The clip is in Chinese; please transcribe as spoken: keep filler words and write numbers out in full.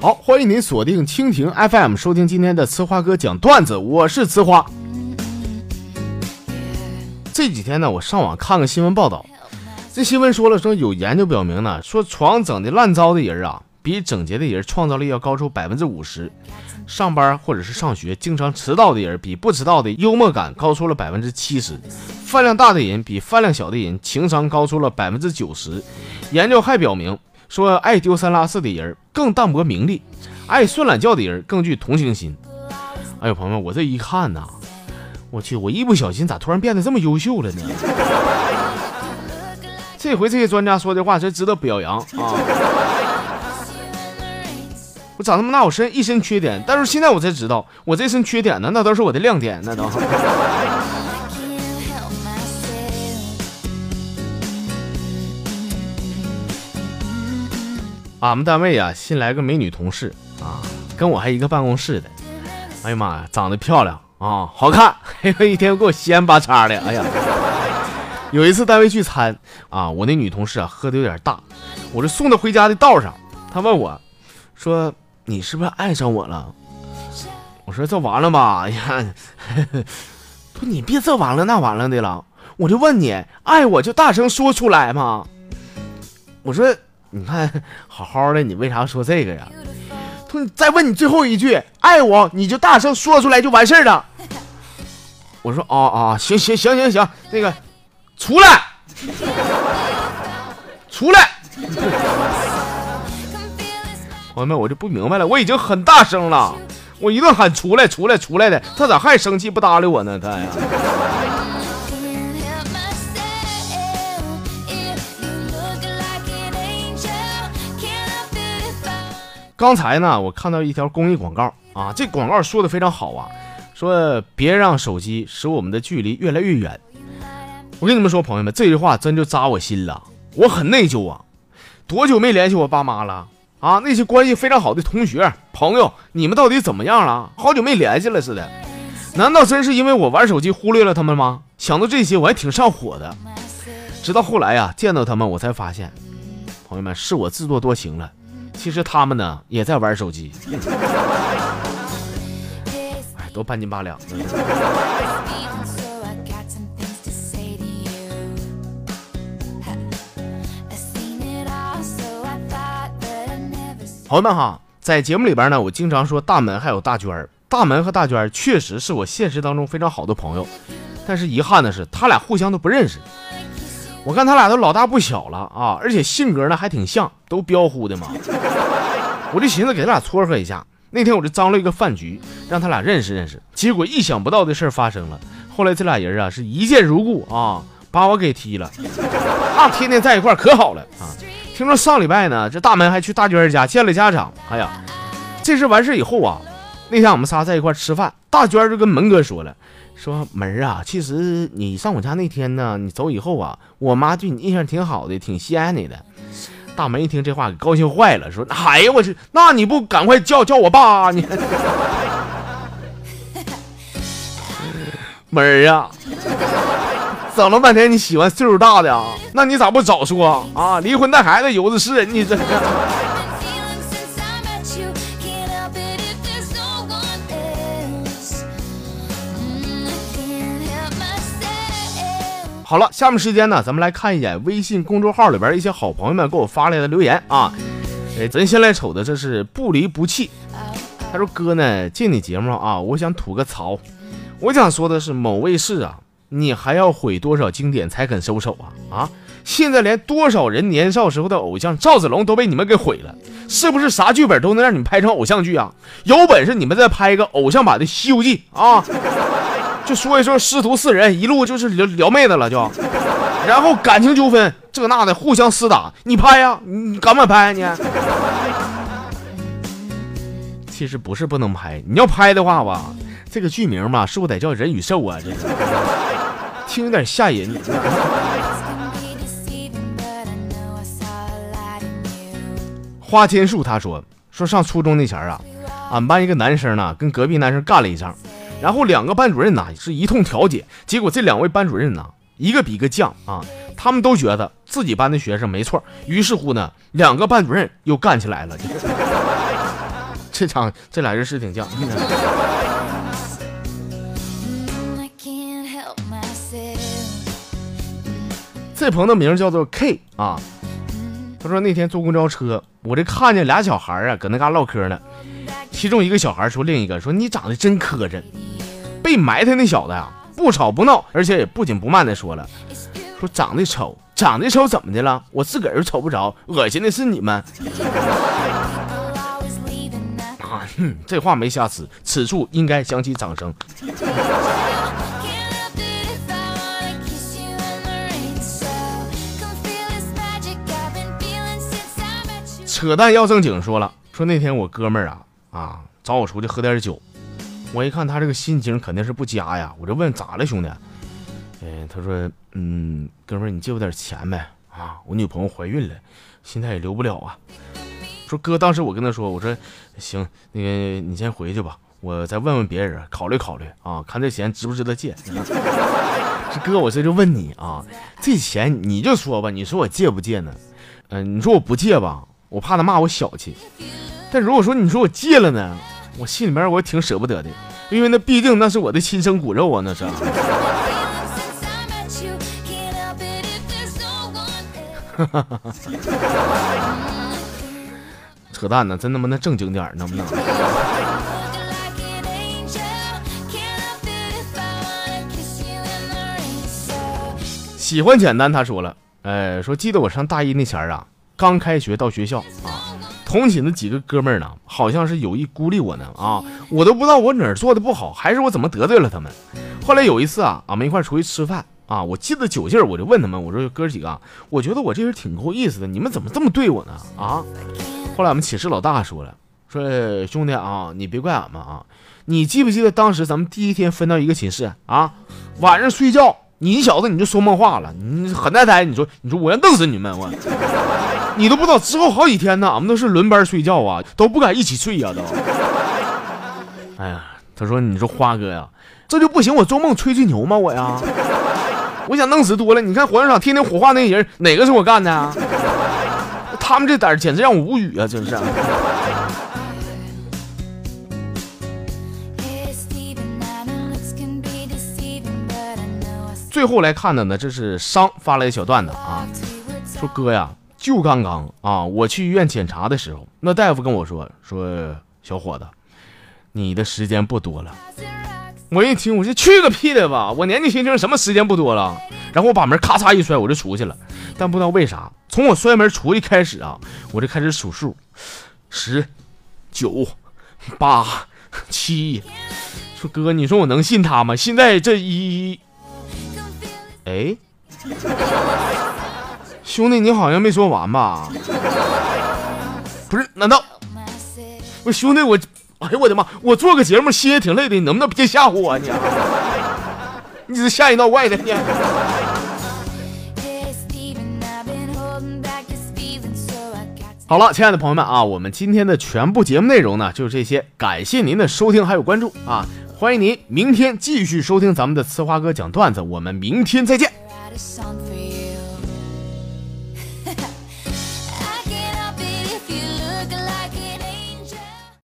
好，欢迎您锁定蜻蜓 F M 收听今天的呲花哥讲段子，我是呲花。这几天呢，我上网看个新闻报道，这新闻说了，说有研究表明呢，说床整的烂糟的人啊，比整洁的人创造力要高出百分之五十。上班或者是上学经常迟到的人，比不迟到的幽默感高出了百分之七十。饭量大的人比饭量小的人情商高出了百分之九十。研究还表明，说爱丢三落四的人更淡泊名利，爱睡懒觉的人更具同情心。哎呦，朋友们，我这一看呐，我去，我一不小心咋突然变得这么优秀了呢？这回这些专家说的话真值得表扬啊！我长这么大，我身一身缺点，但是现在我才知道，我这身缺点呢，那都是我的亮点，那都。俺们单位啊，新来个美女同事啊，跟我还一个办公室的。哎呀妈呀，长得漂亮啊，好看，还有一天给我稀罕巴叉的。哎呀，有一次单位聚餐啊，我那女同事啊喝的有点大，我这送她回家的道上，她问我说：“你是不是爱上我了？”我说：“这完了吧？哎呀，不，你别这完了那完了的了，我就问你，爱我就大声说出来嘛。”我说。你看好好的，你为啥说这个呀？再问你最后一句，爱我你就大声说出来就完事儿了。我说啊啊，行行行行行，那个出来出来。朋友们，我就不明白了，我已经很大声了，我一顿喊出来出来出来的，他咋还生气不搭理我呢？他呀。刚才呢，我看到一条公益广告啊，这广告说的非常好啊，说别让手机使我们的距离越来越远。我跟你们说，朋友们，这句话真就扎我心了，我很内疚啊，多久没联系我爸妈了啊？那些关系非常好的同学朋友，你们到底怎么样了？好久没联系了似的。难道真是因为我玩手机忽略了他们吗？想到这些我还挺上火的。直到后来啊，见到他们我才发现，朋友们，是我自作多情了。其实他们呢也在玩手机。哎，都半斤八两的。朋友们哈，在节目里边呢，我经常说大门还有大娟，大门和大娟确实是我现实当中非常好的朋友，但是遗憾的是他俩互相都不认识。我看他俩都老大不小了啊，而且性格呢还挺像，都彪呼的嘛。我就寻思给他俩撮合一下，那天我就张罗一个饭局，让他俩认识认识。结果意想不到的事发生了，后来这俩人啊是一见如故啊，把我给踢了。啊，天天在一块可好了啊。听说上礼拜呢，这大门还去大娟家见了家长。哎呀，这事完事以后啊，那天我们仨在一块吃饭，大娟就跟门哥说了。说门啊，其实你上我家那天呢，你走以后啊，我妈对你印象挺好的，挺稀罕你的。大门一听这话给高兴坏了，说哎呀我去，那你不赶快叫叫我爸你。门啊，整了半天你喜欢岁数大的啊，那你咋不早说啊？离婚带孩子有的是，你这。好了，下面时间呢，咱们来看一眼微信公众号里边一些好朋友们给我发来的留言啊。哎，咱先来瞅的这是不离不弃，他说哥呢，进你节目啊，我想吐个槽。我想说的是，某卫视啊，你还要毁多少经典才肯收手啊？啊，现在连多少人年少时候的偶像赵子龙都被你们给毁了，是不是啥剧本都能让你们拍成偶像剧啊？有本事你们再拍一个偶像版的《西游记》啊！就说一说师徒四人一路就是撩撩妹子了就，然后感情纠纷这那的互相厮打，你拍呀、啊？你敢不敢拍、啊、你？其实不是不能拍，你要拍的话吧，这个剧名嘛，是不是得叫人与兽啊？这个听有点吓人。花千树他说说上初中那前啊，俺班一个男生呢跟隔壁男生干了一仗。然后两个班主任呢是一通调解，结果这两位班主任呢一个比一个犟啊，他们都觉得自己班的学生没错，于是乎呢两个班主任又干起来了。 这场这俩人是挺像。这朋友的名叫做 K 啊，他说那天坐公交车，我这看见俩小孩啊搁那嘎唠嗑呢，其中一个小孩说另一个说你长得真磕碜，被埋汰那小子呀不吵不闹，而且也不紧不慢的说了，说长得丑长得丑怎么的了，我自个儿瞅不着，恶心的是你们啊、嗯、这话没瑕疵，此处应该响起掌声。扯淡要正经说了，说那天我哥们儿啊啊找我出去喝点酒，我一看他这个心情肯定是不佳呀，我就问咋了兄弟？哎，他说嗯，哥们儿你借我点钱呗啊，我女朋友怀孕了，现在也留不了啊。说哥，当时我跟他说，我说行，那个你先回去吧，我再问问别人，考虑考虑啊，看这钱值不值得借。这哥，我这就问你啊，这钱你就说吧，你说我借不借呢？嗯、呃，你说我不借吧，我怕他骂我小气，但如果说你说我借了呢，我心里面我挺舍不得的，因为那毕竟那是我的亲生骨肉啊，那是。扯淡呢，真他妈的正经点能不能？喜欢简单，他说了，哎，说记得我上大一那前儿啊，刚开学到学校啊，同寝的几个哥们儿呢，好像是有意孤立我呢啊，我都不知道我哪儿做的不好，还是我怎么得罪了他们。后来有一次啊，俺们一块出去吃饭啊，我记得酒劲儿，我就问他们，我说哥几个，我觉得我这人挺够意思的，你们怎么这么对我呢啊？后来我们寝室老大说了，说兄弟啊，你别怪俺们啊，你记不记得当时咱们第一天分到一个寝室啊，晚上睡觉。你小子你就说梦话了，你很呆呆，你说你说我要弄死你们，我你都不知道之后好几天呢，俺们都是轮班睡觉啊，都不敢一起睡呀、啊、都。哎呀，他说你说花哥呀，这就不行，我做梦吹吹牛吗我呀？我想弄死多了，你看火葬场天天火化那人哪个是我干的啊？他们这胆简直让我无语啊，真是。最后来看的呢，这是商发来的小段子啊，说哥呀，就刚刚啊，我去医院检查的时候，那大夫跟我说，说小伙子，你的时间不多了。我一听，我就去个屁的吧，我年纪轻轻，什么时间不多了？然后我把门咔嚓一摔，我就出去了。但不知道为啥，从我摔门出去开始啊，我就开始数数，十、九、八、七。说哥，你说我能信他吗？现在这一。哎，兄弟，你好像没说完吧？不是，难道我兄弟我？哎呦我的妈！我做个节目歇也挺累的，你能不能别吓唬我你？你是吓一闹怪的你。好了，亲爱的朋友们啊，我们今天的全部节目内容呢就是这些，感谢您的收听还有关注啊！欢迎您明天继续收听咱们的呲花哥讲段子，我们明天再见。